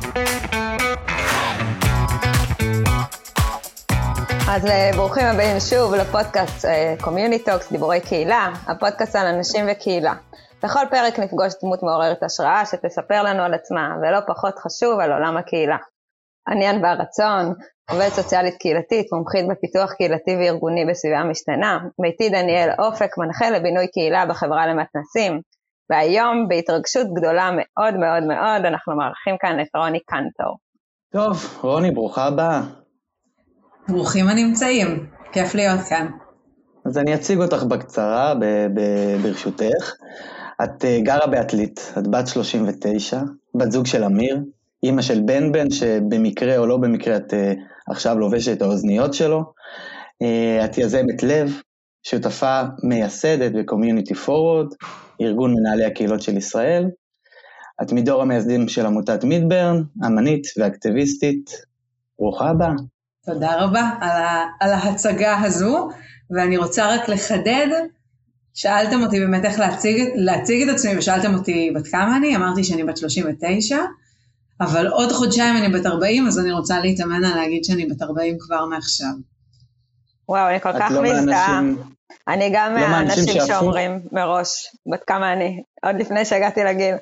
אז ברוכים הבאים שוב לפודקאסט Community Talks, דיבורי קהילה, הפודקאסט על אנשים וקהילה. בכל פרק נפגוש דמות מעוררת השראה שתספר לנו על עצמה, ולא פחות חשוב על עולם הקהילה. אני ענווה רצון, עובדת סוציאלית קהילתית, מומחית בפיתוח קהילתי וארגוני בסביבה משתנה, ואיתי דניאל אופק, מנחה לבינוי קהילה בחברה למתנסים, והיום בהתרגשות גדולה מאוד מאוד מאוד, אנחנו מארחים כאן את רוני קנטור. טוב, רוני, ברוכה הבאה. ברוכים הנמצאים, כיף להיות כאן. אז אני אציג אותך בקצרה, ברשותך. את גרה בעתלית, את בת 39, בת זוג של אמיר, אמא של בן שבמקרה או לא במקרה את עכשיו לובשת את האוזניות שלו. את יזמת לב, שותפה מייסדת ב-Community Forward, ארגון מנהלי הקהילות של ישראל. את מדור המייסדים של עמותת מידברן, אמנית ואקטיביסטית. ברוכה הבאה. תודה רבה על ההצגה הזו, ואני רוצה רק לחדד, שאלתם אותי באמת איך להציג את עצמי, ושאלתם אותי בת כמה אני, אמרתי שאני בת 39, אבל עוד חודשיים אני בת 40, אז אני רוצה להתאמן על להגיד שאני בת 40 כבר מעכשיו. וואו, אני כל כך מזדהה. אני גם מהאנשים שאומרים מראש, בת כמה אני, עוד לפני שהגעתי לגיל.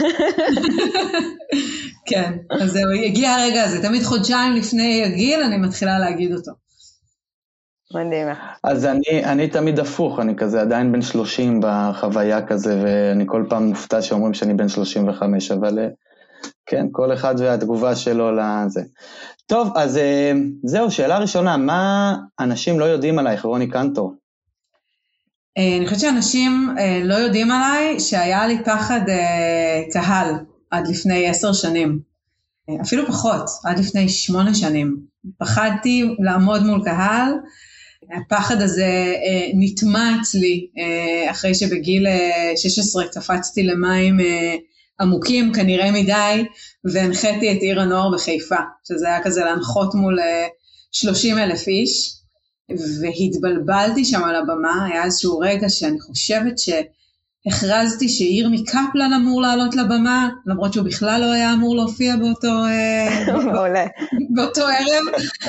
כן, אז זהו, הגיע הרגע הזה, תמיד חודשיים לפני הגיל אני מתחילה להגיד אותו. מדהים. אז אני תמיד הפוך, אני כזה עדיין בן 30 בחוויה כזה, ואני כל פעם מופתע שאומרים שאני בן 35, אבל כן, כל אחד והתגובה שלו לזה. טוב, אז זהו, שאלה ראשונה, מה אנשים לא יודעים עלייך, רוני קנטור? אני חושבת שאנשים לא יודעים עליי שהיה לי פחד קהל עד לפני 10 שנים, אפילו פחות, עד לפני 8 שנים. פחדתי לעמוד מול קהל, הפחד הזה נתמץ לי אחרי שבגיל 16 קפצתי למים עמוקים, כנראה מדי, והנחיתי את עיר הנוער בחיפה, שזה היה כזה להנחות מול 30,000 איש, והתבלבלתי שם על הבמה. היה איזשהו רגע שאני חושבת שהכרזתי שעיר מקפלן אמור לעלות לבמה, למרות שהוא בכלל לא היה אמור להופיע באותו ערב,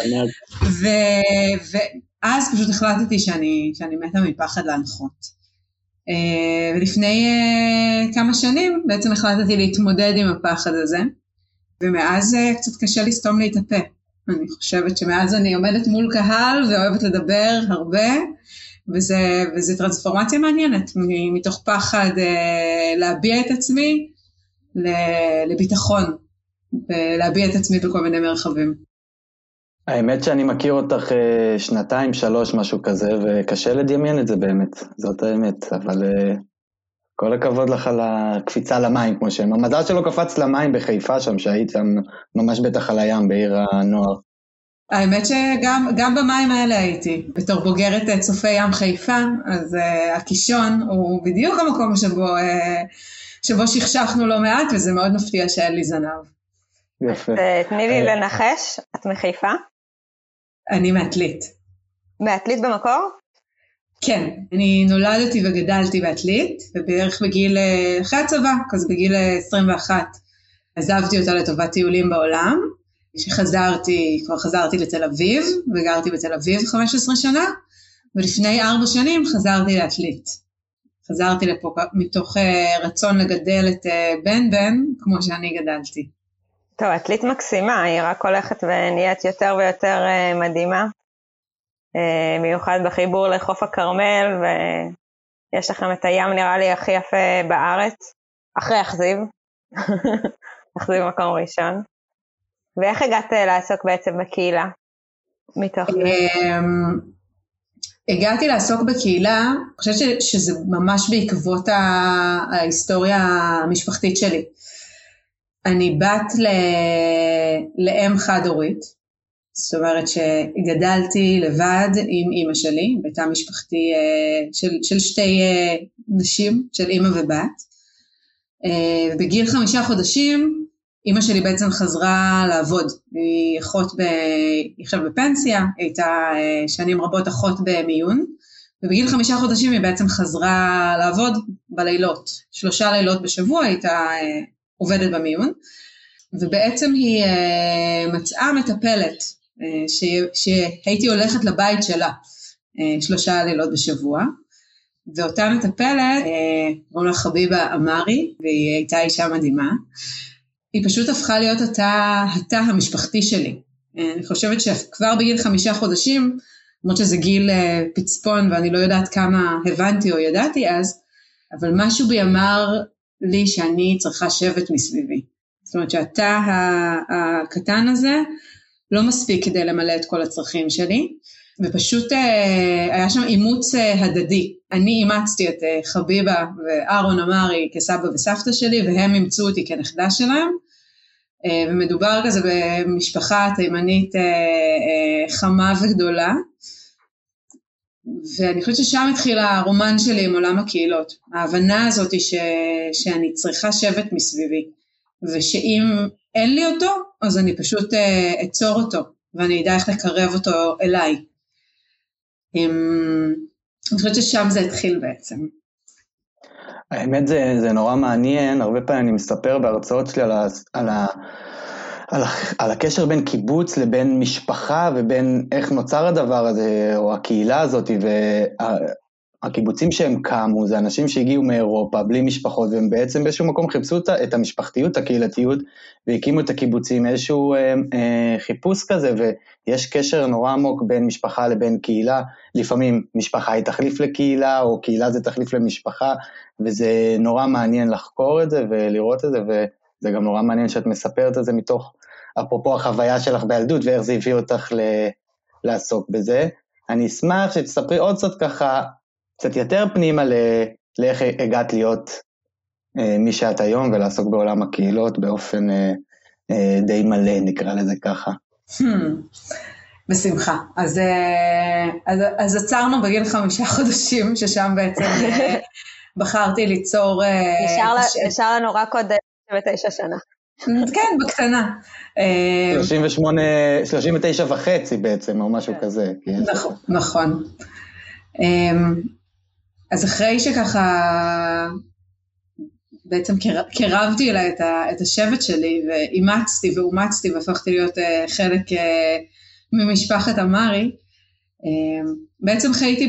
ואז פשוט החלטתי שאני מתה מפחד להנחות. ולפני כמה שנים בעצם החלטתי להתמודד עם הפחד הזה, ומאז קצת קשה לסתום לי את הפה. אני חושבת שמאז אני עומדת מול קהל ואוהבת לדבר הרבה, וזה טרנספורמציה מעניינת, מתוך פחד להביע את עצמי לביטחון, ולהביע את עצמי בכל מיני מרחבים. האמת שאני מכיר אותך 2-3 משהו כזה, וקשה לדמיין את זה באמת, זאת האמת, אבל כל הכבוד לך על הקפיצה למים, כמו שהם. המזל שלא קפץ למים בחיפה שם, שהיית שם ממש בטח על הים בעיר הנוער. האמת שגם במים האלה הייתי, בתור בוגרת צופי ים חיפה, אז הקישון הוא בדיוק המקום שבו שכשכנו לא מעט, וזה מאוד מפתיע שאין לי זנב. יפה. תני לי לנחש, את מחיפה? אני מעתלית. מעתלית במקור? כן, אני נולדתי וגדלתי בעתלית, ובערך בגיל, אחרי הצבא, כזה בגיל 21, עזבתי אותה לטובת טיולים בעולם, כבר חזרתי לתל אביב, וגרתי בתל אביב 15 שנה, ולפני 4 שנים חזרתי לעתלית. חזרתי לפה מתוך רצון לגדל את בן, כמו שאני גדלתי. טוב, עתלית מקסימה, היא רק הולכת ונהיית יותר ויותר מדהימה, מיוחד בחיבור לחוף הכרמל, ויש לכם את הים נראה לי הכי יפה בארץ, אחרי אכזיב, אכזיב מקום ראשון. ואיך הגעת לעסוק בעצם בקהילה? מתוך הגעתי לעסוק בקהילה, אני חושבת שזה ממש בעקבות ההיסטוריה המשפחתית שלי. אני בת לאם חד-הורית, זאת אומרת שגדלתי לבד עם אמא שלי, ביתה משפחתי של 2 נשים, של אמא ובת. בגיל 5 חודשים, אמא שלי בעצם חזרה לעבוד, היא עכשיו בפנסיה, היא הייתה שנים רבות אחות במיון, ובגיל 5 חודשים היא בעצם חזרה לעבוד בלילות, 3 לילות בשבוע הייתה עובדת במיון, ובעצם היא מצאה מטפלת, שהייתי הולכת לבית שלה, 3 לילות בשבוע, ואותה מטפלת, קוראים לה חביבה אמרי, והיא הייתה אישה מדהימה, היא פשוט הפכה להיות התא המשפחתי שלי. אני חושבת שכבר בגיל 5 חודשים, למרות שזה גיל פצפון, ואני לא יודעת כמה הבנתי או ידעתי אז, אבל משהו בי אמר לי שאני צריכה שבט מסביבי. זאת אומרת שהתא הקטן הזה לא מספיק כדי למלא את כל הצרכים שלי, ופשוט היה שם אימוץ הדדי. אני אימצתי את חביבה ואהרון אמרי כסבא וסבתא שלי, והם אימצו אותי כנכדה שלהם, ומדובר כזה במשפחה תימנית חמה וגדולה, ואני חושבת ששם התחילה הרומן שלי עם עולם הקהילות, ההבנה הזאת שאני צריכה שבט מסביבי, ושאם אין לי אותו, אז אני פשוט אצור אותו, ואני אדע איך לקרב אותו אליי. אני חושבת ששם זה התחיל בעצם. האמת זה נורא מעניין, הרבה פעמים אני מספר בהרצאות שלי על הקשר בין קיבוץ לבין משפחה, ובין איך נוצר הדבר הזה, או הקהילה הזאת, והקיבוצים שהם קמו, זה אנשים שהגיעו מאירופה, בלי משפחות, והם בעצם באיזשהו מקום חיפשו את המשפחתיות, הקהילתיות, והקימו את הקיבוצים, איזשהו חיפוש כזה, ויש קשר נורא עמוק בין משפחה לבין קהילה, לפעמים משפחה היא תחליף לקהילה, או קהילה זה תחליף למשפחה, וזה נורא מעניין לחקור את זה, ולראות את זה, זה גם נורא מעניין שאת מספרת את זה מתוך, אפרופו החוויה שלך בילדות, ואיך זה הביא אותך לעסוק בזה. אני אשמח שתספרי עוד קצת ככה, קצת יותר פנימה לאיך הגעת להיות מי שאת היום, ולעסוק בעולם הקהילות באופן די מלא, נקרא לזה ככה. בשמחה. אז עצרנו בגיל 5 חודשים, ששם בעצם בחרתי ליצור... נשאר לנו רק עוד 9 שנה. כן, בקטנה. 39 וחצי בעצם, או משהו כזה. נכון. אז אחרי שככה, בעצם קרבתי אליי את השבט שלי, ואימצתי ואומצתי, והפכתי להיות חלק ממשפחת אמרי, בעצם חייתי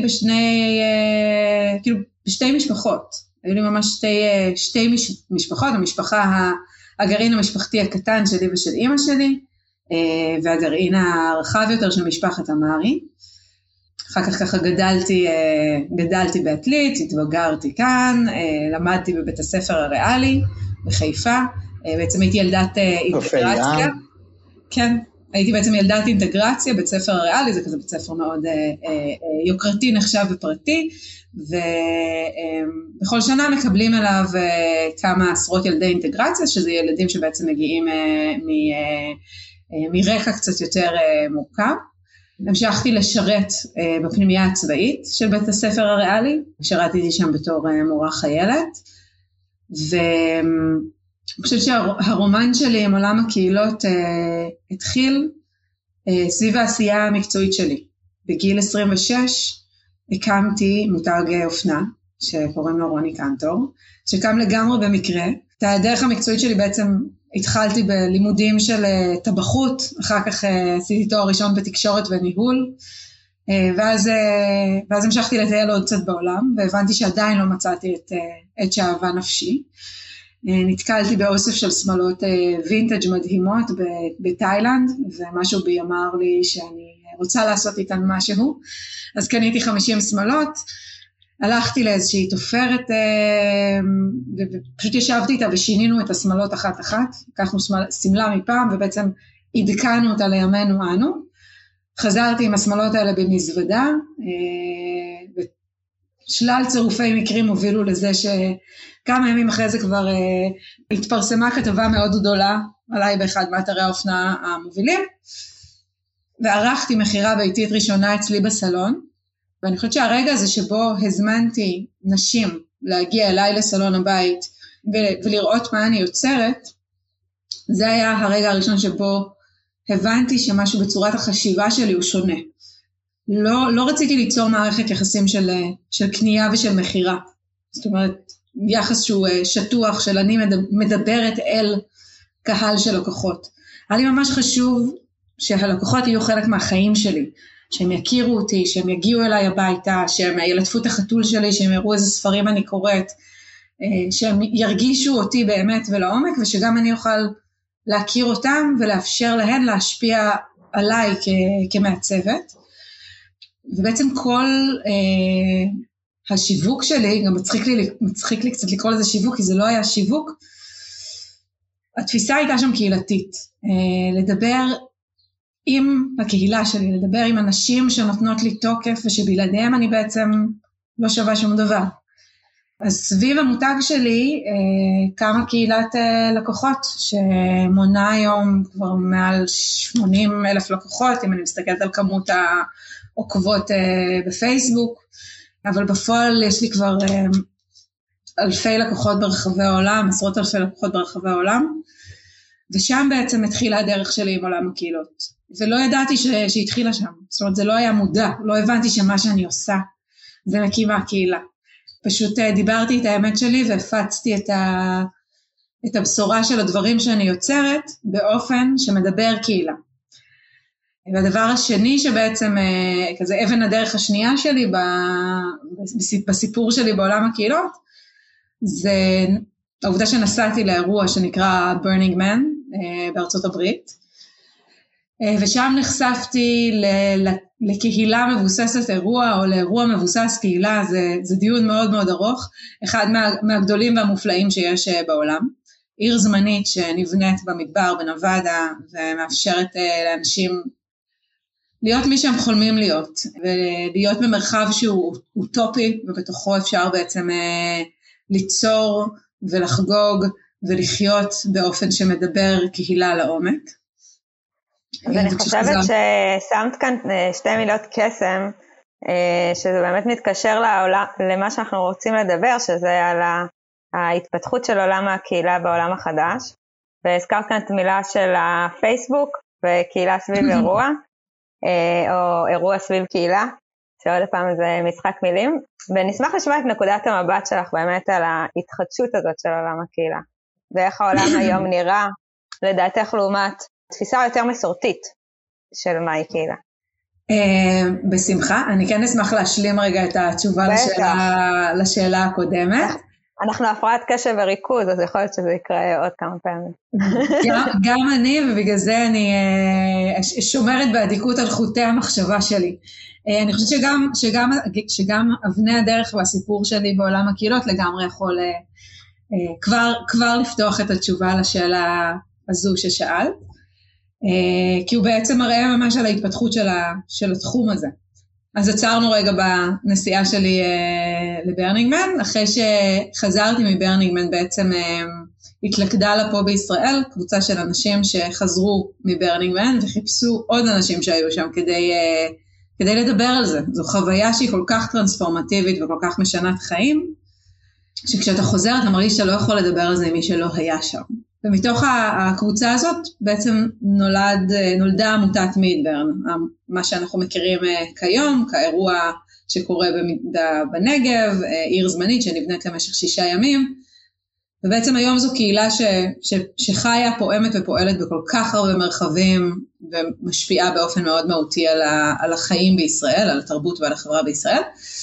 בשתי משפחות. היו לי ממש שתי משפחות, המשפחה, הגרעין המשפחתי הקטן שלי ושל אמא שלי, והגרעין הרחב יותר של משפחת אמרי. אחר כך ככה גדלתי בעתלית, התבגרתי כאן, למדתי בבית הספר הריאלי בחיפה, בעצם הייתי ילדת אינטגרציה. כן, הייתי בעצם ילדת אינטגרציה, בית ספר הריאלי, זה כזה בית ספר מאוד יוקרתי, נחשב ופרטי, ובכל שנה מקבלים אליו כמה עשרות ילדי אינטגרציה, שזה ילדים שבעצם מגיעים מרקע קצת יותר מורכב. המשכתי לשרת בפנימייה הצבאית של בית הספר הריאלי, שרתתי שם בתור מורה חיילת, ואני חושבת שהרומן שלי עם עולם הקהילות התחיל סביב העשייה המקצועית שלי. בגיל 26 הקמתי מותג אופנה, שקוראים לו רוני קנטור, שקם לגמרי במקרה. את הדרך המקצועית שלי בעצם התחלתי בלימודים של טבחות, אחר כך עשיתי תואר ראשון בתקשורת וניהול, ואז המשכתי לטייל עוד קצת בעולם, והבנתי שעדיין לא מצאתי את שאהבה נפשי. נתקלתי באוסף של שמלות וינטג' מדהימות בתאילנד, ומשהו בי אמר לי שאני רוצה לעשות איתן משהו, אז קניתי 50 שמלות, הלכתי לאיזושהי תופרת, ופשוט ישבתי איתה ושינינו את השמלות אחת-אחת, לקחנו סמלה מפעם, ובעצם עדכנו אותה לימינו אנו, חזרתי עם השמלות האלה במזוודה, ושלל צירופי מקרים הובילו לזה שכמה ימים אחרי זה כבר התפרסמה כתבה מאוד גדולה, עליי באחד מאתרי האופנה המובילים, וערכתי מחירה ביתית ראשונה אצלי בסלון, ואני חושבת שהרגע הזה שבו הזמנתי נשים להגיע אליי לסלון הבית ולראות מה אני יוצרת, זה היה הרגע הראשון שבו הבנתי שמשהו בצורת החשיבה שלי הוא שונה. לא רציתי ליצור מערכת יחסים של קנייה ושל מחירה. זאת אומרת, יחס שהוא שטוח של אני מדברת אל קהל של לקוחות. היה לי ממש חשוב שהלקוחות יהיו חלק מהחיים שלי, שהם יכירו אותי, שהם יגיעו אליי הביתה, שהם ילטפו את החתול שלי, שהם יראו איזה ספרים אני קוראת, שהם ירגישו אותי באמת ולעומק, ושגם אני אוכל להכיר אותם ולאפשר להן להשפיע עליי כמעצבת. ובעצם כל השיווק שלי, גם מצחיק לי קצת לקרוא לזה שיווק, כי זה לא היה שיווק, התפיסה הייתה שם קהילתית, לדבר עם הקהילה שלי, לדבר עם אנשים שנותנות לי תוקף, ושבלעדיהם אני בעצם לא שווה שום דבר. אז סביב המותג שלי קמה קהילת לקוחות, שמונה היום כבר מעל 80,000 לקוחות, אם אני מסתכלת על כמות העוקבות בפייסבוק, אבל בפועל יש לי כבר אלפי לקוחות ברחבי העולם, עשרות אלפי לקוחות ברחבי העולם, ושם בעצם התחילה הדרך שלי עם עולם הקהילות. ולא ידעתי שהתחילה שם, זאת אומרת זה לא היה מודע, לא הבנתי שמה שאני עושה זה מקימה הקהילה. פשוט דיברתי את האמת שלי והפצתי את הבשורה של הדברים שאני יוצרת באופן שמדבר קהילה. והדבר השני שבעצם כזה אבן הדרך השנייה שלי בסיפור שלי בעולם הקהילות, זה העובדה שנסעתי לאירוע שנקרא Burning Man בארצות הברית, ושם נחשפתי לקהילה מבוססת אירוע, או לאירוע מבוסס קהילה, זה דיון מאוד מאוד ארוך, אחד מהגדולים והמופלאים שיש בעולם, עיר זמנית שנבנית במדבר בנבדה, ומאפשרת לאנשים להיות מי שהם חולמים להיות, ולהיות במרחב שהוא אוטופי, ובתוכו אפשר בעצם ליצור ולחגוג ולחיות באופן שמדבר קהילה לעומק. אז אני חושבת ששמת כאן שתי מילות קסם, שזה באמת מתקשר למה שאנחנו רוצים לדבר, שזה על ההתפתחות של עולם הקהילה בעולם החדש, והזכרת כאן את מילה של הפייסבוק, וקהילה סביב אירוע, או אירוע סביב קהילה, שעוד פעם זה משחק מילים, ונשמח לשמוע את נקודת המבט שלך באמת על ההתחדשות הזאת של עולם הקהילה, ואיך העולם היום נראה, לדעתך לעומת תפיסה יותר מסורתית של מהי קהילה. בשמחה, אני כן אשמח להשלים רגע את התשובה לשאלה הקודמת. אנחנו הפרעת קשב וריכוז, אז יכול להיות שזה יקרה עוד כמה פעמים. גם אני, ובגלל זה אני שומרת בעדיקות על חוטי המחשבה שלי. אני חושבת שגם אבני הדרך והסיפור שלי בעולם הקהילות לגמרי יכול כבר לפתוח את התשובה לשאלה הזו ששאלת. כי הוא בעצם מראה ממש על ההתפתחות של התחום הזה. אז עצרנו רגע בנסיעה שלי לברנינגמן, אחרי שחזרתי מברנינגמן בעצם התלכדה לה פה בישראל, קבוצה של אנשים שחזרו מברנינגמן וחיפשו עוד אנשים שהיו שם כדי לדבר על זה. זו חוויה שהיא כל כך טרנספורמטיבית וכל כך משנת חיים, שכשאתה חוזר אתה מרגיש שאתה לא יכול לדבר על זה עם מי שלא היה שם. ומתוך הקבוצה הזאת בעצם נולדה עמותת מידברן, מה שאנחנו מכירים כיום, כאירוע שקורה בנגב, עיר זמנית שנבנית למשך 6 ימים, ובעצם היום זו קהילה שחיה, פועמת ופועלת בכל כך הרבה מרחבים, ומשפיעה באופן מאוד מהותי על החיים בישראל, על התרבות ועל החברה בישראל.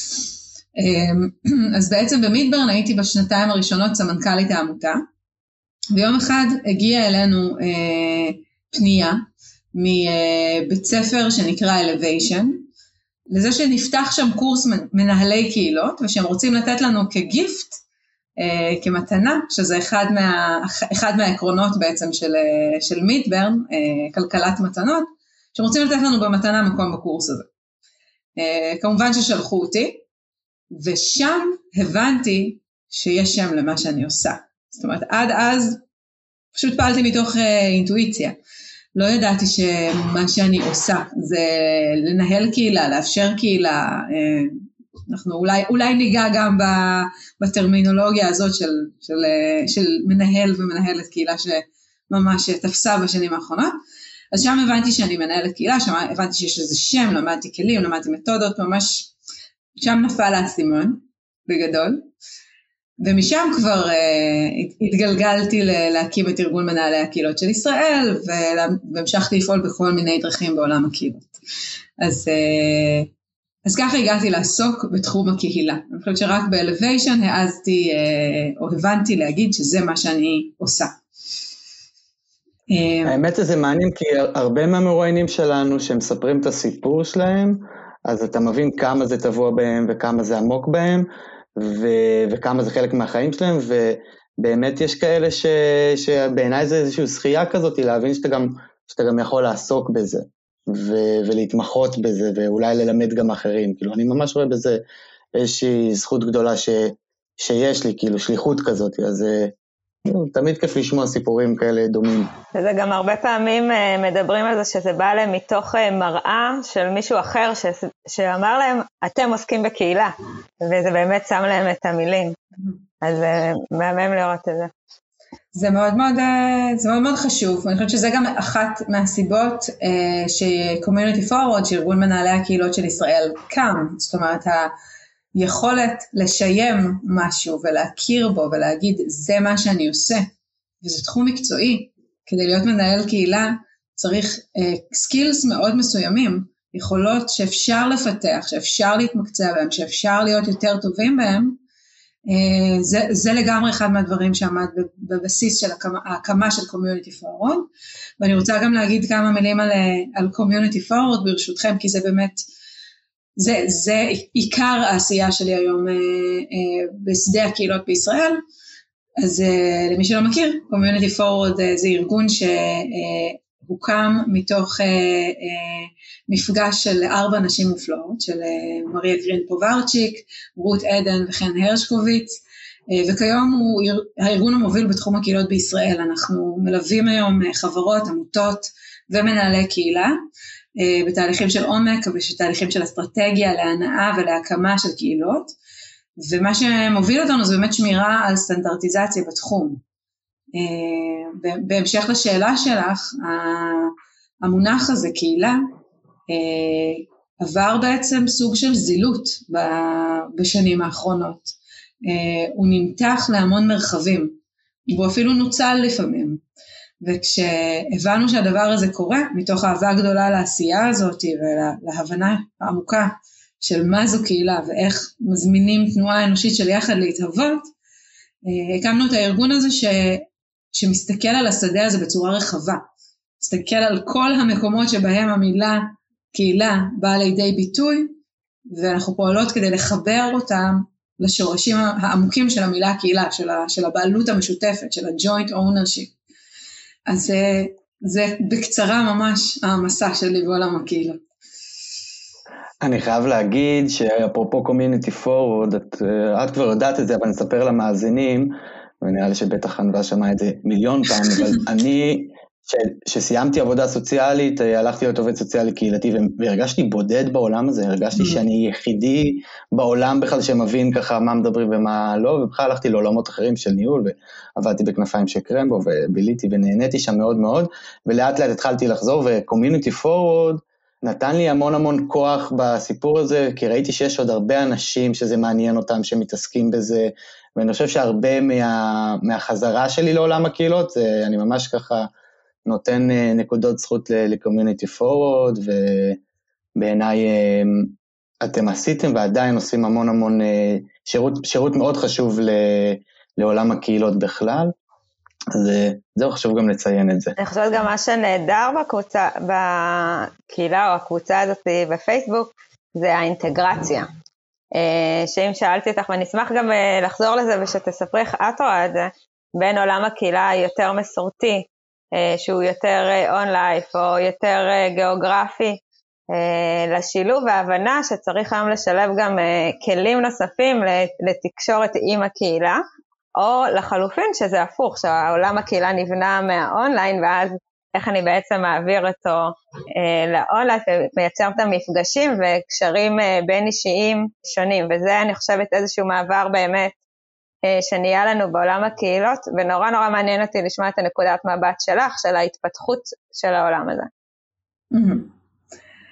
אז בעצם במידברן הייתי בשנתיים הראשונות סמנכ"לית העמותה, ויום אחד הגיעה אלינו פנייה מבית ספר שנקרא Elevation, לזה שנפתח שם קורס מנהלי קהילות, ושהם רוצים לתת לנו כגיפט, כמתנה, שזה אחד מהעקרונות בעצם של מידברן, כלכלת מתנות, שהם רוצים לתת לנו במתנה מקום בקורס הזה. כמובן ששלחו אותי, ושם הבנתי שיש שם למה שאני עושה. זאת אומרת, עד אז פשוט פעלתי מתוך אינטואיציה. לא ידעתי שמה שאני עושה זה לנהל קהילה, לאפשר קהילה. אנחנו אולי ניגע גם בטרמינולוגיה הזאת של מנהל ומנהלת קהילה שממש תפסה בשנים האחרונות. אז שם הבנתי שאני מנהלת קהילה, שם הבנתי שיש לזה שם, למדתי כלים, למדתי מתודות, ממש שם נפל האסימון בגדול. ומשם כבר התגלגלתי להקים את ארגון מנהלי הקהילות של ישראל, והמשכתי לפעול בכל מיני דרכים בעולם הקהילות. אז ככה הגעתי לעסוק בתחום הקהילה. אני חושבת שרק באלוויישן העזתי או הבנתי להגיד שזה מה שאני עושה. האמת זה מעניין, כי הרבה מהמרואיינים שלנו שמספרים את הסיפור שלהם, אז אתה מבין כמה זה טבוע בהם וכמה זה עמוק בהם, וכמה זה חלק מהחיים שלהם, ובאמת יש כאלה שבעיניי זה איזושהי זכייה כזאת, להבין שאתה גם יכול לעסוק בזה, ולהתמחות בזה, ואולי ללמד גם אחרים. כאילו, אני ממש רואה בזה איזושהי זכות גדולה שיש לי, כאילו, שליחות כזאת, אז תמיד כיף לשמוע סיפורים כאלה דומים. וזה גם הרבה פעמים מדברים על זה שזה בא להם מתוך מראה של מישהו אחר שאמר להם, אתם עוסקים בקהילה, וזה באמת שם להם את המילים. אז מהמם לראות את זה. זה מאוד מאוד חשוב, ואני חושבת שזה גם אחת מהסיבות ש-Community Forward, שארגון מנהלי הקהילות של ישראל, קם. זאת אומרת, היכולת לשיים משהו ולהכיר בו ולהגיד, זה מה שאני עושה, וזה תחום מקצועי. כדי להיות מנהל קהילה צריך סקילס מאוד מסוימים, יכולות שאפשר לפתח, שאפשר להתמקצע בהם, שאפשר להיות יותר טובים בהם. זה לגמרי אחד מהדברים שעמד בבסיס של ההקמה של Community Forward, ואני רוצה גם להגיד כמה מילים על Community Forward ברשותכם, כי זה באמת, זה עיקר העשייה שלי היום בשדה הקהילות בישראל. אז למי שלא מכיר, Community Forward זה ארגון שהוקם מתוך מפגש של 4 נשים מופלאות, של מריה גרין פוברצ'יק, רות עדן וחן הרשקוביץ, וכיום הוא הארגון המוביל בתחום הקהילות בישראל. אנחנו מלווים היום חברות, עמותות ומנהלי קהילה, בתהליכים של עומק ובתהליכים של אסטרטגיה להנאה ולהקמה של קהילות, ומה שמוביל אותנו זה באמת שמירה על סטנדרטיזציה בתחום. בהמשך לשאלה שלך, המונח הזה קהילה עבר בעצם סוג של זילות בשנים האחרונות. הוא נמתח להמון מרחבים, והוא אפילו נוצל לפעמים. וכשהבנו שהדבר הזה קורה, מתוך אהבה גדולה לעשייה הזאת ולהבנה העמוקה של מה זו קהילה ואיך מזמינים תנועה אנושית של יחד להתהוות, הקמנו את הארגון הזה שמסתכל על השדה הזה בצורה רחבה, מסתכל על כל המקומות שבהם המילה קהילה באה לידי ביטוי, ואנחנו פועלות כדי לחבר אותם לשורשים העמוקים של המילה קהילה, של הבעלות המשותפת, של ה-joint ownership. אז זה בקצרה ממש המסע שלי בעולם הקהילה. אני חייב להגיד שאפרופו Community Forward, את כבר יודעת את זה, אבל נספר למאזינים, ונראה לי שבטח ענווה שמעה את זה מיליון פעם, אבל אני, שסיימתי עבודה סוציאלית, הלכתי להיות עובד סוציאלי קהילתי, והרגשתי בודד בעולם הזה, הרגשתי שאני יחידי בעולם בכלל שמבין ככה מה מדברים ומה לא, ובכלל הלכתי לעולמות אחרים של ניהול, ועבדתי בכנפיים של קרמבו, וביליתי ונהניתי שם מאוד מאוד, ולאט לאט התחלתי לחזור, ו-Community Forward נתן לי המון המון כוח בסיפור הזה, כי ראיתי שיש עוד הרבה אנשים שזה מעניין אותם, שמתעסקים בזה, ואני חושב שהרבה מהחזרה שלי לעולם הקהילות, אני ממש ככה נותן נקודות זכות ל-Community Forward, ובעיניי אתם עשיתם ועדיין עושים המון המון שירות מאוד חשוב לעולם הקהילות בכלל, אז זהו, חשוב גם לציין את זה. אני חושבת גם מה שנהדר בקהילה או הקבוצה הזאת בפייסבוק, זה האינטגרציה. שאם שאלתי אותך, ואני אשמח גם לחזור לזה ושתספרי איך את רואה את זה, בין עולם הקהילה היותר מסורתי, שהוא יותר און-לייף או יותר גיאוגרפי, לשילוב וההבנה שצריך היום לשלב גם כלים נוספים לתקשורת עם הקהילה, או לחלופין שזה הפוך, שהעולם הקהילה נבנה מהאונליין, ואז איך אני בעצם מעביר אותו לאונליין, ומייצר את המפגשים וקשרים בין אישיים שונים, וזה אני חושבת איזשהו מעבר באמת, שנהיה לנו בעולם הקהילות, ונורא נורא מעניין אותי לשמוע את הנקודת מבט שלך, של ההתפתחות של העולם הזה.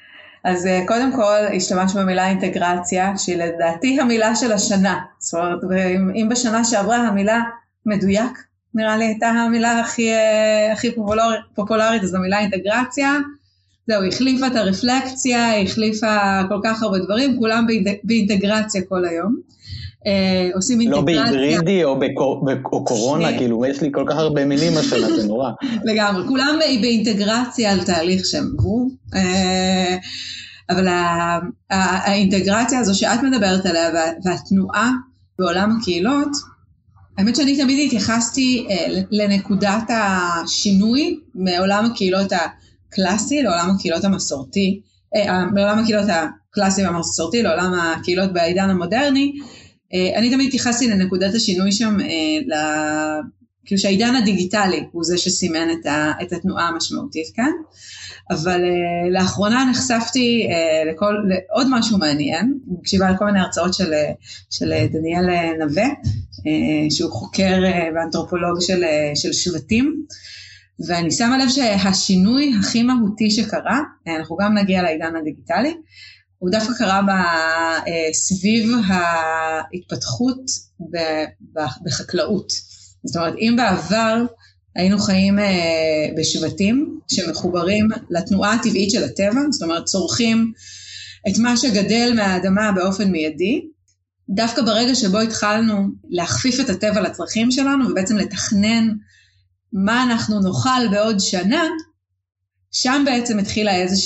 אז קודם כל השתמש במילה אינטגרציה, שהיא לדעתי המילה של השנה. זאת אומרת, אם בשנה שעברה המילה מדויק, נראה לי הייתה המילה הכי פופולרית, אז המילה אינטגרציה, זהו, החליפה את הרפלקציה, החליפה כל כך הרבה דברים, כולם באינטגרציה כל היום. עושים אינטגרציה. לא בהיברידי או קורונה, כאילו, יש לי כל כך הרבה מילים השנה, זה נורא. לגמרי, כולם באינטגרציה על תהליך שהם עברו, אבל האינטגרציה הזו שאת מדברת עליה, והתנועה בעולם הקהילות, האמת שאני תמיד התייחסתי לנקודת השינוי מעולם הקהילות הקלאסי לעולם הקהילות המסורתי, מעולם הקהילות הקלאסי והמסורתי לעולם הקהילות בעידן המודרני. אני תמיד התייחסתי לנקודת השינוי שם, כאילו שהעידן הדיגיטלי הוא זה שסימן את התנועה המשמעותית כאן, אבל לאחרונה נחשפתי לעוד משהו מעניין, מקשיבה על כל מיני הרצאות של דניאל נווה, שהוא חוקר ואנתרופולוג של שבטים, ואני שמה לב שהשינוי הכי מהותי שקרה, אנחנו גם נגיע לעידן הדיגיטלי, הוא דווקא קרה סביב ההתפתחות בחקלאות. זאת אומרת, אם בעבר היינו חיים בשבטים שמחוברים לתנועה הטבעית של הטבע, זאת אומרת, צורכים את מה שגדל מהאדמה באופן מיידי, דווקא ברגע שבו התחלנו להכפיף את הטבע לצרכים שלנו, ובעצם לתכנן מה אנחנו נאכל בעוד שנה, שם בעצם התחיל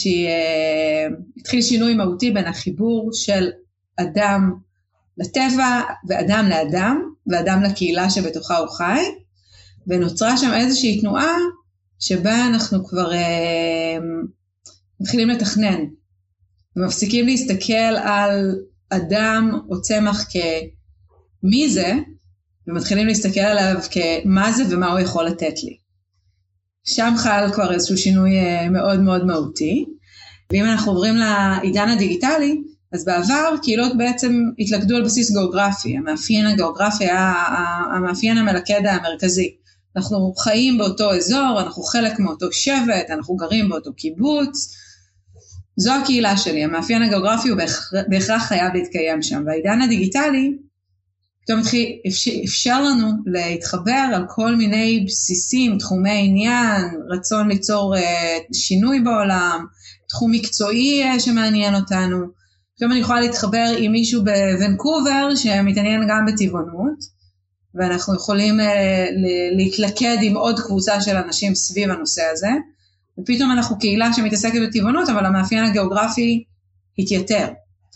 שינוי מהותי בין החיבור של אדם לטבע, ואדם לאדם, ואדם לקהילה שבתוכה הוא חי, ונוצרה שם איזושהי תנועה, שבה אנחנו כבר מתחילים לתכנן, ומפסיקים להסתכל על אדם או צמח כמי זה, ומתחילים להסתכל עליו כמה זה ומה הוא יכול לתת לי. שם חל כבר איזשהו שינוי מאוד מאוד מהותי, ואם אנחנו עוברים לעידן הדיגיטלי, אז בעבר קהילות בעצם התלכדו על בסיס גיאוגרפי, המאפיין הגיאוגרפי היה המאפיין המלכד המרכזי. אנחנו חיים באותו אזור, אנחנו חלק מאותו שבט, אנחנו גרים באותו קיבוץ, זו הקהילה שלי, המאפיין הגיאוגרפי הוא בהכרח חייב להתקיים שם, והעידן הדיגיטלי, פתאום אפשר לנו להתחבר על כל מיני בסיסים, תחומי עניין, רצון ליצור שינוי בעולם, תחום מקצועי שמעניין אותנו. פתאום אני יכולה להתחבר עם מישהו בוונקובר שמתעניין גם בטבעונות, ואנחנו יכולים להתלכד עם עוד קבוצה של אנשים סביב הנושא הזה, ופתאום אנחנו קהילה שמתעסקת בטבעונות, אבל המאפיין הגיאוגרפי התייתר.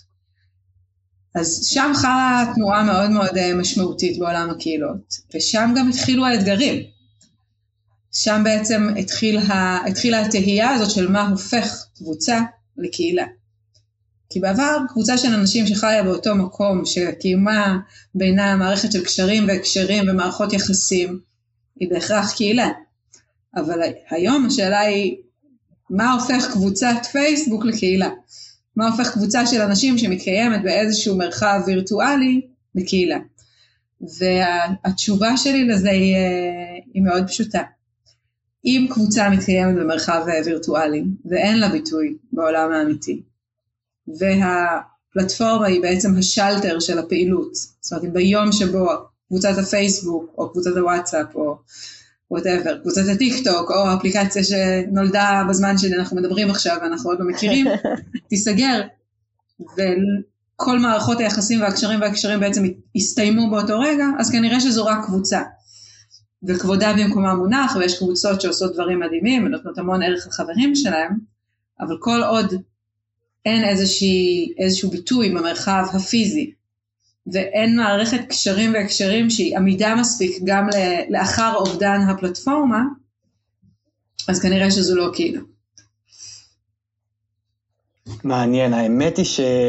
אז שם חלה תנועה מאוד מאוד משמעותית בעולם הקהילות, ושם גם התחילו האתגרים. שם בעצם התחילה התהייה הזאת של מה הופך קבוצה לקהילה. כי בעבר קבוצה של אנשים שחיה באותו מקום, שקיימה בינה מערכת של קשרים והקשרים ומערכות יחסים, היא בהכרח קהילה. אבל היום השאלה היא, מה הופך קבוצת פייסבוק לקהילה? מה הופך קבוצה של אנשים שמתקיימת באיזשהו מרחב וירטואלי לקהילה? והתשובה שלי לזה היא מאוד פשוטה. אם קבוצה מתקיימת במרחב וירטואלי, ואין לה ביטוי בעולם האמיתי, והפלטפורמה היא בעצם השלטר של הפעילות, זאת אומרת, ביום שבו קבוצת הפייסבוק, או קבוצת הוואטסאפ, או whatever, קבוצת הטיק-טוק, או האפליקציה שנולדה בזמן שאנחנו מדברים עכשיו, ואנחנו עוד לא מכירים, תיסגר, וכל מערכות היחסים והקשרים בעצם הסתיימו באותו רגע, אז כנראה שזו רק קבוצה. וכבודה במקומה מונח, ויש קבוצות שעושות דברים מדהימים, ונותנות המון ערך לחברים שלהם, אבל כל עוד אין איזשהו ביטוי במרחב הפיזי, ואין מערכת קשרים והקשרים שהיא עמידה מספיק גם לאחר אובדן הפלטפורמה, אז כנראה שזו לא קהילה. מעניין, האמת היא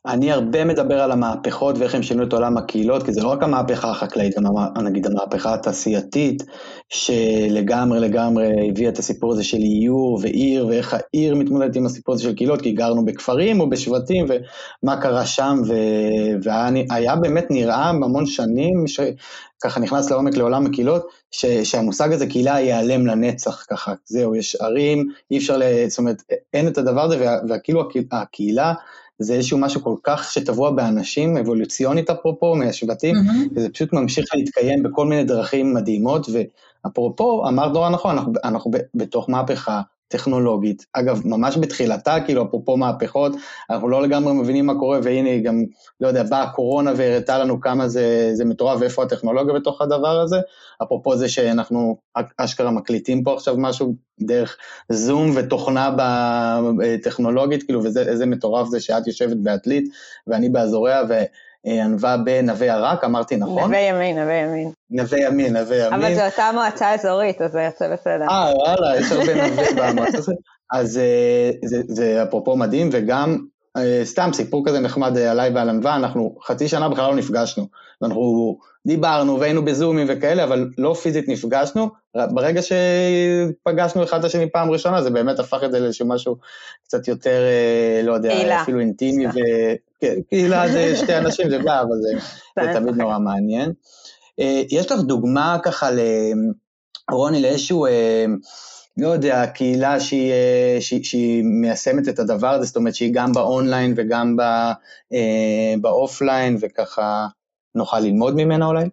אני הרבה מדבר על המהפכות ואיך הם שינו את עולם הקהילות, כי זה לא רק המהפכה החקלאית, גם נגיד המהפכה התעשייתית, שלגמרי הביאה את הסיפור הזה של איור ועיר, ואיך העיר מתמודדת עם הסיפור הזה של קהילות, כי גרנו בכפרים או בשבטים, ומה קרה שם, והיה באמת נראה המון שנים, ככה נכנס לעומק לעולם הקהילות, שהמושג הזה קהילה ייעלם לנצח, ככה, זהו, יש ערים, אי אפשר, זאת אומרת, אין את הדבר הזה, וכאילו הקהילה, זה איזשהו משהו כל כך שטבוע באנשים, אבולוציונית אפרופו, מהשבטים, וזה פשוט ממשיך להתקיים בכל מיני דרכים מדהימות, ואפרופו, אמר נורא נכון, אנחנו בתוך מהפכה טכנולוגית, אגב, ממש בתחילתה, כאילו, אפרופו מהפכות, אנחנו לא לגמרי מבינים מה קורה, והנה גם, לא יודע, באה הקורונה והראתה לנו כמה זה מטורף, ואיפה הטכנולוגיה בתוך הדבר הזה, אפרופו זה שאנחנו אשכרה מקליטים פה עכשיו משהו, דרך זום ותוכנה בטכנולוגית, כאילו, ואיזה מטורף זה שאת יושבת בעתלית, ואני באזוריה, וענווה בנווה ירק, אמרתי נכון? נווה ימין. נווה ימין. אבל זו אותה מועצה אזורית, אז זה יוצא בסדר. וואלה, יש הרבה נווה במועצה הזאת. אז זה אפרופו מדהים, וגם סתם סיפור כזה נחמד עליי ועל ענווה, אנחנו חצי שנה בכלל לא נפגשנו, ואנחנו דיברנו והיינו בזומים וכאלה, אבל לא פיזית נפגשנו, ברגע שפגשנו אחד השני פעם ראשונה, זה באמת הפך את זה לאיזשהו משהו קצת יותר, לא יודע, אפילו אינטימי, קהילה זה שתי אנשים, זה בא, אבל זה תמיד נורא מעניין. יש לך דוגמה ככה רוני לאיזשהו, לא יודע, קהילה שהיא מיישמת את הדבר הזה, זאת אומרת שהיא גם באונליין וגם באופליין, וככה נוכל ללמוד ממנה אולי?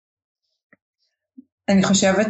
אני חושבת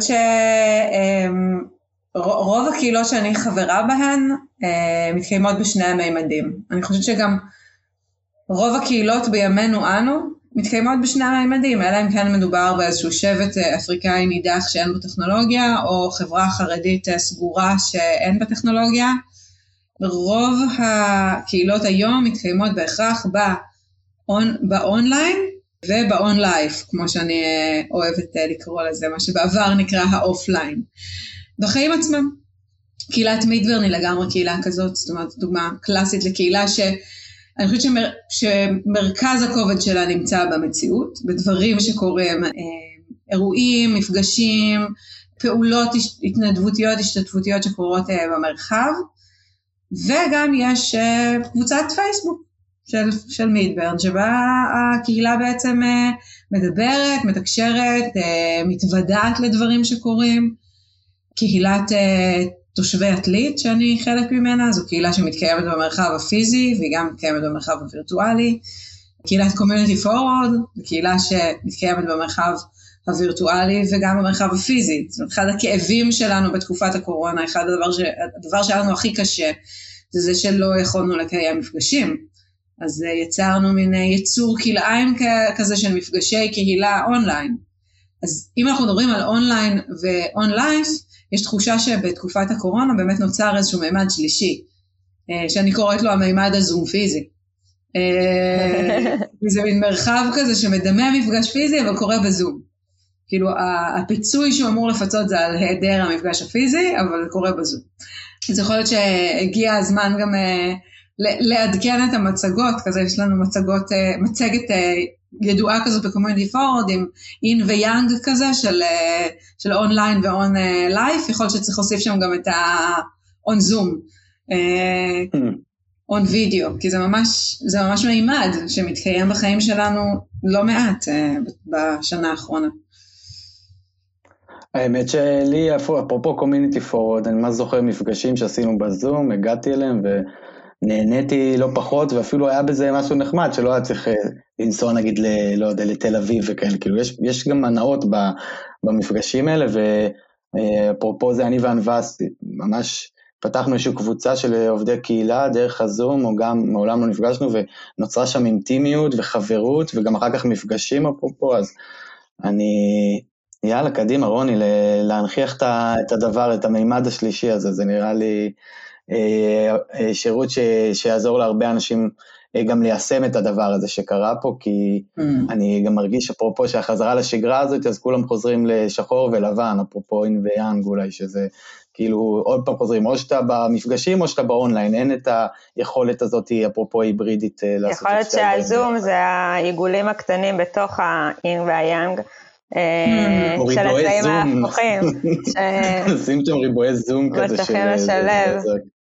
שרוב הקהילות שאני חברה בהן מתקיימות בשני הממדים. אני חושבת שגם רוב הקהילות בימינו אנו מתקיימות בשני הממדים, אלא אם כן מדובר באיזשהו שבט אפריקאי נידח שאין בו טכנולוגיה, או חברה חרדית סגורה שאין בה טכנולוגיה. רוב הקהילות היום מתקיימות בהכרח באונליין ובאונלייף, כמו שאני אוהבת לקרוא לזה, מה שבעבר נקרא האופליין. בחיים עצמם, קהילת מידברן היא לגמרי קהילה כזאת, זאת אומרת דוגמה קלאסית לקהילה אני חושבת שמרכז הכובד שלה נמצא במציאות, בדברים שקורים, אירועים, מפגשים, פעולות התנדבותיות, השתתפותיות שקורות במרחב, וגם יש קבוצת פייסבוק של מידברן, שבה הקהילה בעצם מדברת, מתקשרת, מתוודעת לדברים שקורים. קהילת תושבי עתלית, שאני חלק ממנה, זו קהילה שמתקיימת במרחב הפיזי, והיא גם מתקיימת במרחב הווירטואלי. קהילת Community Forward, זו קהילה שמתקיימת במרחב הווירטואלי, וגם במרחב הפיזי. זאת אומרת, אחד הכאבים שלנו בתקופת הקורונה, הדבר שלנו הכי קשה, זה שלא יכולנו לקיים מפגשים. אז יצרנו מין יצור כלאיים כזה של מפגשי קהילה אונליין. אז אם אנחנו מדברים על אונליין ואונלייף, יש תחושה שבתקופת הקורונה באמת נוצר איזשהו מימד שלישי, שאני קוראת לו המימד הזום פיזי. זה מין מרחב כזה שמדמה מפגש פיזי, אבל קורה בזום. כאילו הפיצוי שהוא אמור לפצות זה על היעדר המפגש הפיזי, אבל קורה בזום. אז יכול להיות שהגיע הזמן גם לעדכן את המצגות, כזה יש לנו מצגת ידועה כזאת בקומיוניטי פורוד, עם אין ויאנג כזה של אונליין ואון לייף, יכול להיות שצריך להוסיף שם גם את האון זום, און וידאו, כי זה ממש מימד שמתקיים בחיים שלנו לא מעט בשנה האחרונה. האמת שלי, אפרופו קומיוניטי פורוד, אני ממש זוכר מפגשים שעשינו בזום, הגעתי אליהם ונהניתי לא פחות, ואפילו היה בזה משהו נחמד, שלא היה צריך לנסוע נגיד לא יודע, לתל אביב וכאלה, כאילו יש גם מנעות במפגשים האלה, ואפרופו זה אני וענווה ממש פתחנו איזושהי קבוצה של עובדי קהילה דרך הזום, או גם מעולם לא נפגשנו, ונוצרה שם אינטימיות וחברות, וגם אחר כך מפגשים אפרופו, אז יאללה, קדימה רוני, להנכיח את הדבר, את המימד השלישי הזה, זה נראה לי שירות שיעזור להרבה אנשים גם ליישם את הדבר הזה שקרה פה, כי אני גם מרגיש אפרופו שהחזרה לשגרה הזאת, אז כולם חוזרים לשחור ולבן, אפרופו אין ויאנג אולי, שזה כאילו עוד פעם חוזרים, או שאתה במפגשים או שאתה באונליין, אין את היכולת הזאת, אפרופו היברידית לעשות. יכול להיות שהזום זה העיגולים הקטנים בתוך האין והיאנג, של הצבעים ההפוכים. שים שם ריבועי זום כזה. מצליחים לשלב.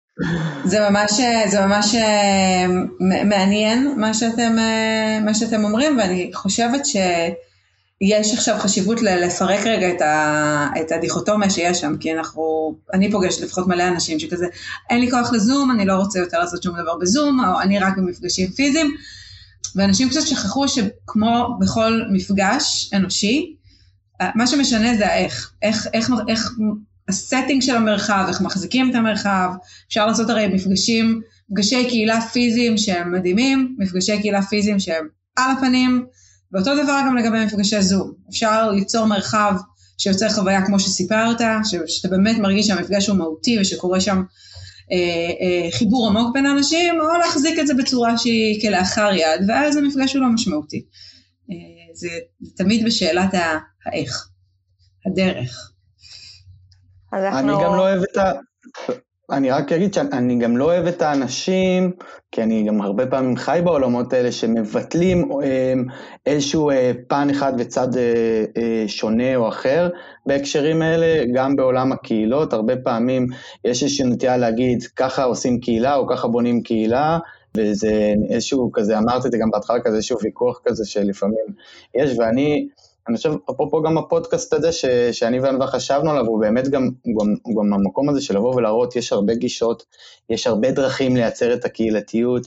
זה ממש מעניין מה שאתם אומרים, ואני חושבת שיש עכשיו חשיבות לפרק רגע את הדיכוטומיה שיש שם, כי אני פוגשת לפחות מלא אנשים שכזה, אין לי כוח לזום, אני לא רוצה יותר לעשות שום דבר בזום, או אני רק במפגשים פיזיים, ואנשים קצת שכחו שכמו בכל מפגש אנושי, מה שמשנה זה איך הסטינג של המרחב, איך מחזיקים את המרחב, אפשר לעשות הרי מפגשי קהילה פיזיים שהם מדהימים, מפגשי קהילה פיזיים שהם על הפנים, ואותו דבר גם לגבי מפגשי זום, אפשר ליצור מרחב שיוצר חוויה כמו שסיפרת, שאתה באמת מרגיש שהמפגש הוא מהותי ושקורה שם חיבור עמוק בין אנשים, או להחזיק את זה בצורה שהיא כלאחר יד, ואז המפגש הוא לא משמעותי. זה תמיד בשאלת האיך, הדרך. אני גם לא אוהב אני רק אגיד שאני גם לא אוהב את האנשים, כי אני גם הרבה פעמים חי בעולמות האלה, שמבטלים איזשהו פן אחד וצד שונה או אחר, בהקשרים האלה, גם בעולם הקהילות, הרבה פעמים יש איזושהי נטייה להגיד, ככה עושים קהילה או ככה בונים קהילה, וזה איזשהו כזה, אמרת את זה גם בהתחלה, כזה איזשהו ויכוח כזה שלפעמים יש, ואני חושב, אפרופו גם הפודקאסט הזה שאני וענווה חשבנו עליו, הוא באמת גם המקום הזה של לבוא ולהראות, יש הרבה גישות, יש הרבה דרכים לייצר את הקהילתיות,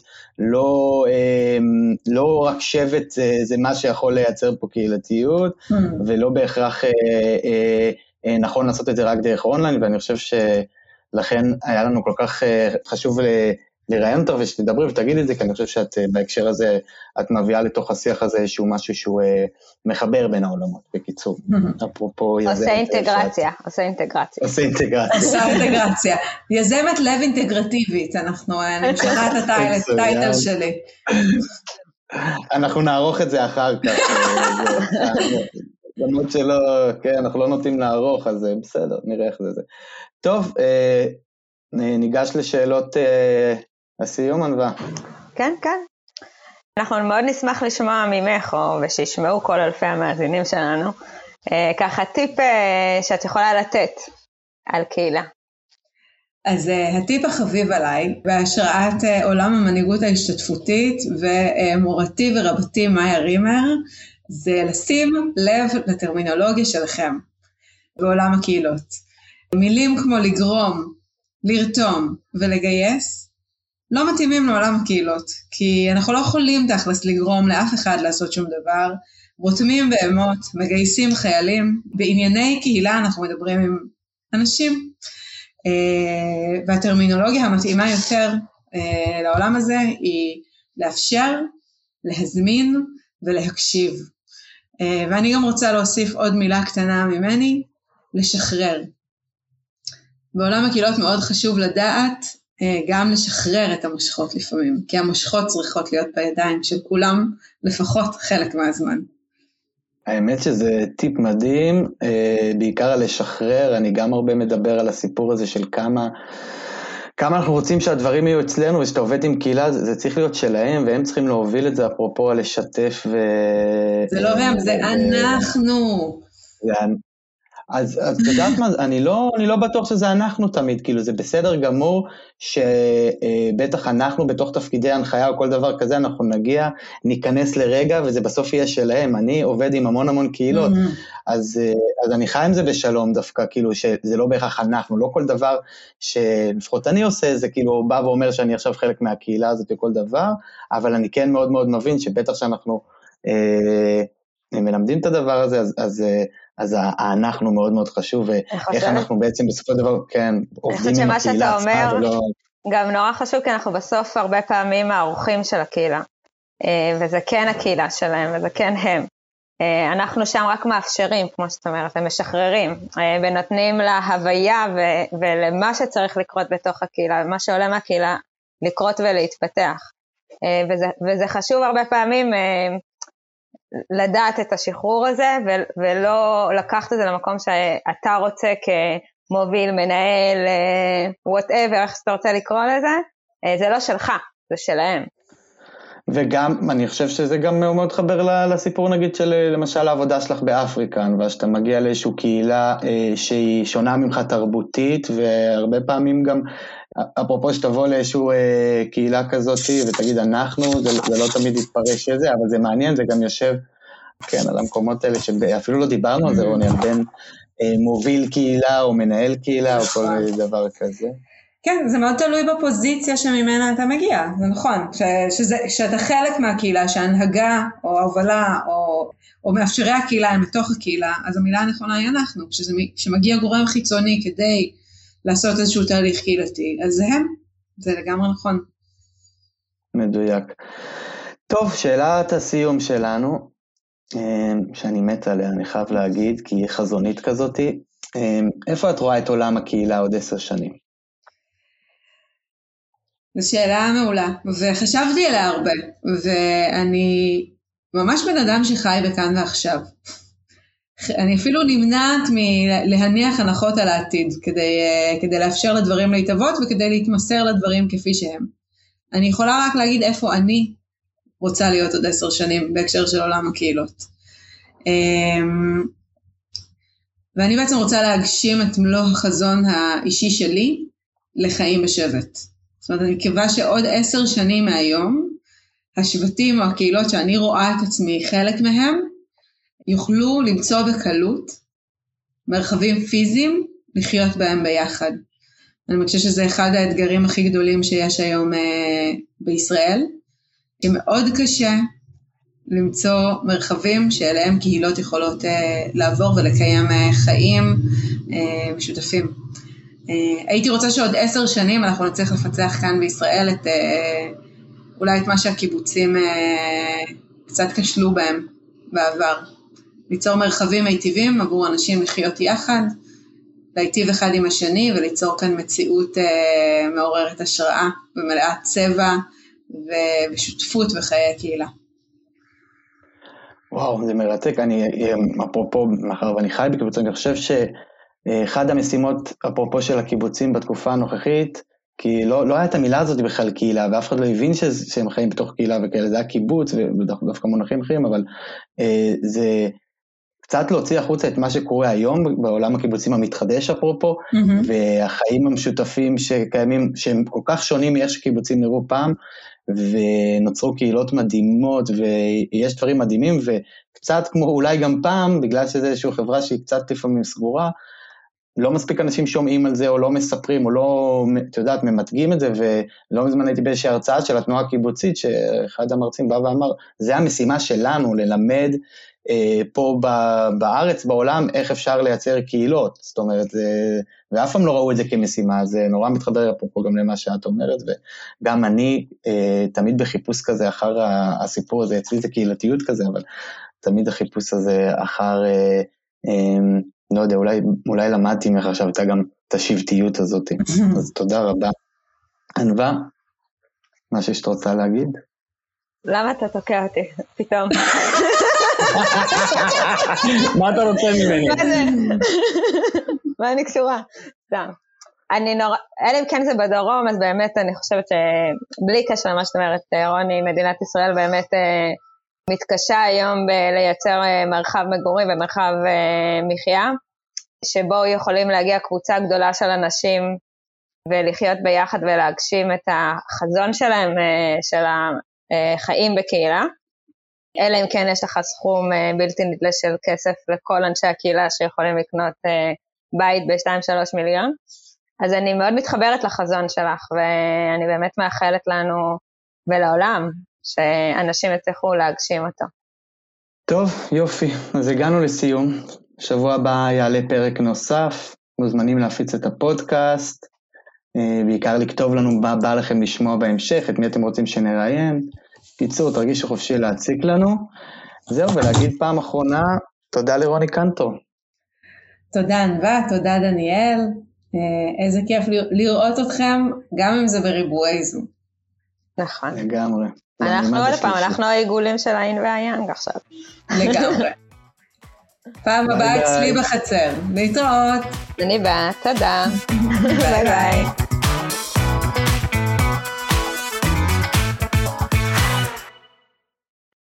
לא רק שבט זה מה שיכול לייצר פה קהילתיות, ולא בהכרח נכון לעשות את זה רק דרך אונליין, ואני חושב שלכן היה לנו כל כך חשוב לראיין אותך ושתדברי ותגיד את זה, כי אני חושב שאת בהקשר הזה, את מביאה לתוך השיח הזה איזשהו משהו שהוא מחבר בין העולמות, בקיצור. אפרופו עושה אינטגרציה. עושה אינטגרציה. יזמת לב אינטגרטיבית, אני משאירה את הטייטל שלי. אנחנו נערוך את זה אחר כך. למרות שלא, כן, אנחנו לא נוטים לערוך, אז בסדר, נראה איך זה. טוב, ניגש לשאלות הסיום, ענווה. כן. אנחנו מאוד נשמח לשמוע ממך, ושישמעו כל אלפי המאזינים שלנו, ככה טיפ שאת יכולה לתת על קהילה. אז הטיפ החביב עליי, בהשראת עולם המנהיגות ההשתתפותית, ומורתי ורבתי מאיה רימר, זה לשים לב לטרמינולוגיה שלכם, בעולם הקהילות. מילים כמו לגרום, לרתום ולגייס, לא מתאימים לעולם הקהילות, כי אנחנו לא יכולים תכלס לגרום לאף אחד לעשות שום דבר, רותמים בהמות, מגייסים חיילים, בענייני קהילה אנחנו מדברים עם אנשים, והטרמינולוגיה המתאימה יותר לעולם הזה היא לאפשר, להזמין ולהקשיב. ואני גם רוצה להוסיף עוד מילה קטנה ממני, לשחרר. בעולם הקהילות מאוד חשוב לדעת גם לשחרר את המושכות לפעמים, כי המושכות צריכות להיות בידיים של כולם, לפחות חלק מהזמן. האמת שזה טיפ מדהים, בעיקר על לשחרר, אני גם הרבה מדבר על הסיפור הזה של כמה אנחנו רוצים שהדברים יהיו אצלנו, ושאתה עובד עם קהילה, זה צריך להיות שלהם, והם צריכים להוביל את זה, אפרופו לשתף זה לא הם, זה אנחנו. אז את יודעת מה, אני לא בטוח שזה אנחנו תמיד, כאילו זה בסדר גמור, שבטח אנחנו בתוך תפקידי ההנחיה או כל דבר כזה, אנחנו נגיע, ניכנס לרגע, וזה בסוף יהיה שלהם, אני עובד עם המון קהילות, אז אני חי עם זה בשלום דווקא, כאילו שזה לא בהכרח אנחנו, לא כל דבר שלפחות אני עושה, זה כאילו בא ואומר שאני עכשיו חלק מהקהילה הזאת וכל דבר, אבל אני כן מאוד מבין שבטח שאנחנו מלמדים את הדבר הזה, אז אנחנו מאוד חשוב, ואיך אנחנו בעצם בסופו דבר, כן, עובדים עם הקהילה עצמה, ולא... גם נורא חשוב, כי אנחנו בסוף הרבה פעמים האורחים של הקהילה, וזה כן הקהילה שלהם, וזה כן הם. אנחנו שם רק מאפשרים, כמו שאת אומרת, הם משחררים, ונותנים להוויה ולמה שצריך לקרות בתוך הקהילה, ומה שעולה מהקהילה לקרות ולהתפתח. וזה חשוב הרבה פעמים לדעת את השחרור הזה, ולא לקחת את זה למקום שאתה רוצה מוביל, מנהל, whatever, איך שאתה רוצה לקרוא לזה, זה לא שלך, זה שלהם. וגם, אני חושב שזה גם מאוד חבר לסיפור נגיד של למשל העבודה שלך באפריקה, ושאתה מגיע לאיזושהי קהילה שהיא שונה ממך תרבותית, והרבה פעמים גם, אפרופו שתבוא לאיזושהי קהילה כזאת, ותגיד אנחנו, זה לא תמיד יתפרש את זה, אבל זה מעניין, זה גם יושב, כן, על המקומות האלה, שאפילו לא דיברנו על זה, רוני, על בין מוביל קהילה, או מנהל קהילה, או כל דבר כזה. כן, זה מאוד תלוי בפוזיציה שממנה אתה מגיע, זה נכון, שאתה חלק מהקהילה, שההנהגה או ההובלה או מאפשרי הקהילה הם בתוך הקהילה, אז המילה הנכונה היא אנחנו, כשמגיע גורם חיצוני כדי לעשות איזשהו תהליך קהילתי, אז זה לגמרי נכון. מדויק. טוב, שאלת הסיום שלנו, שאני מת עליה, אני חייב להגיד, כי היא חזונית כזאת, איפה את רואה את עולם הקהילה עוד 10 שנים? זו שאלה מעולה, וחשבתי עליה הרבה, ואני ממש בן אדם שחי בכאן ועכשיו. אני אפילו נמנעת מלהניח הנחות על העתיד, כדי לאפשר לדברים להתאבות, וכדי להתמסר לדברים כפי שהם. אני יכולה רק להגיד איפה אני רוצה להיות עוד 10 שנים, בהקשר של עולם הקהילות. ואני בעצם רוצה להגשים את מלוא החזון האישי שלי, לחיים בשבט. זאת אומרת, אני מקווה שעוד 10 שנים מהיום, השבטים או הקהילות שאני רואה את עצמי חלק מהם, יוכלו למצוא בקלות מרחבים פיזיים לחיות בהם ביחד. אני חושבת שזה אחד האתגרים הכי גדולים שיש היום בישראל, כי מאוד קשה למצוא מרחבים שאליהם קהילות יכולות לעבור ולקיים חיים משותפים. הייתי רוצה שעוד 10 שנים אנחנו נצליח לפצח כאן בישראל אולי את מה שהקיבוצים קצת כשלו בהם בעבר. ליצור מרחבים מיטיבים עבור אנשים לחיות יחד, להיטיב אחד עם השני וליצור כאן מציאות מעוררת השראה ומלאת צבע ושותפות וחיי קהילה. וואו, זה מרתק. אפרופו, מאחר ואני חי בקיבוץ, אני חושב שאחד המשימות, אפרופו של הקיבוצים בתקופה הנוכחית, כי לא היה את המילה הזאת בכלל קהילה, ואף אחד לא הבין שהם חיים בתוך קהילה וכאלה, זה היה קיבוץ, ודווקא מונחים אחרים, אבל זה קצת להוציא החוצה את מה שקורה היום, בעולם הקיבוצים המתחדש אפרופו, והחיים המשותפים שקיימים, שהם כל כך שונים מאיך שקיבוצים נראו פעם, ונוצרו קהילות מדהימות, ויש דברים מדהימים, וקצת כמו אולי גם פעם, בגלל שזה איזושהי חברה שהיא קצת לפעמים סגורה, לא מספיק אנשים שומעים על זה, או לא מספרים, או לא, את יודעת, ממתגים את זה, ולא מזמן הייתי באיזושהי הרצאה של התנועה הקיבוצית, שאחד המרצים בא ואמר, זה המשימה שלנו, ללמד פה בארץ, בעולם, איך אפשר לייצר קהילות, זאת אומרת, ואף פעם לא ראו את זה כמשימה, זה נורא מתחבר פה גם למה שאת אומרת, וגם אני תמיד בחיפוש כזה, אחר הסיפור הזה, אצלי זה קהילתיות כזה, אבל תמיד החיפוש הזה אחר, לא יודע, אולי למדתי ממך עכשיו, הייתה גם את השבטיות הזאת, אז תודה רבה. ענווה, משהו שאתה רוצה להגיד? למה אתה תוקע אותי פתאום? מה אתה רוצה ממני? מה אני קשורה? אני נורא, אלא אם כן זה בדרום, אז באמת אני חושבת שבלי קשר למה שאת אומרת, רוני, מדינת ישראל באמת מתקשה היום לייצר מרחב מגורים ומרחב מחיה, שבו יכולים להגיע קבוצה גדולה של אנשים ולחיות ביחד ולהגשים את החזון שלהם, של החיים בקהילה, אלא אם כן יש לך סכום בלתי נדלה של כסף לכל אנשי הקהילה שיכולים לקנות בית ב-2-3 מיליון. אז אני מאוד מתחברת לחזון שלך, ואני באמת מאחלת לנו ולעולם שאנשים יצליחו להגשים אותו. טוב, יופי. אז הגענו לסיום. שבוע הבא יעלה פרק נוסף, מוזמנים להפיץ את הפודקאסט, בעיקר לכתוב לנו מה בא לכם לשמוע בהמשך, את מי אתם רוצים שנראיין. קיצור, תרגישו חופשי להציק לנו. זהו, ולהגיד פעם אחרונה, תודה לרוני קנטור. תודה ענווה, תודה דניאל. איזה כיף לראות אתכם, גם אם זה בריבועי זום. נכון. לגמרי. אנחנו עוד פעם, אנחנו העיגולים של האין והיאנג עכשיו. לגמרי. פעם הבאה אצלי בחצר. להתראות. אני באה, תודה. ביי ביי.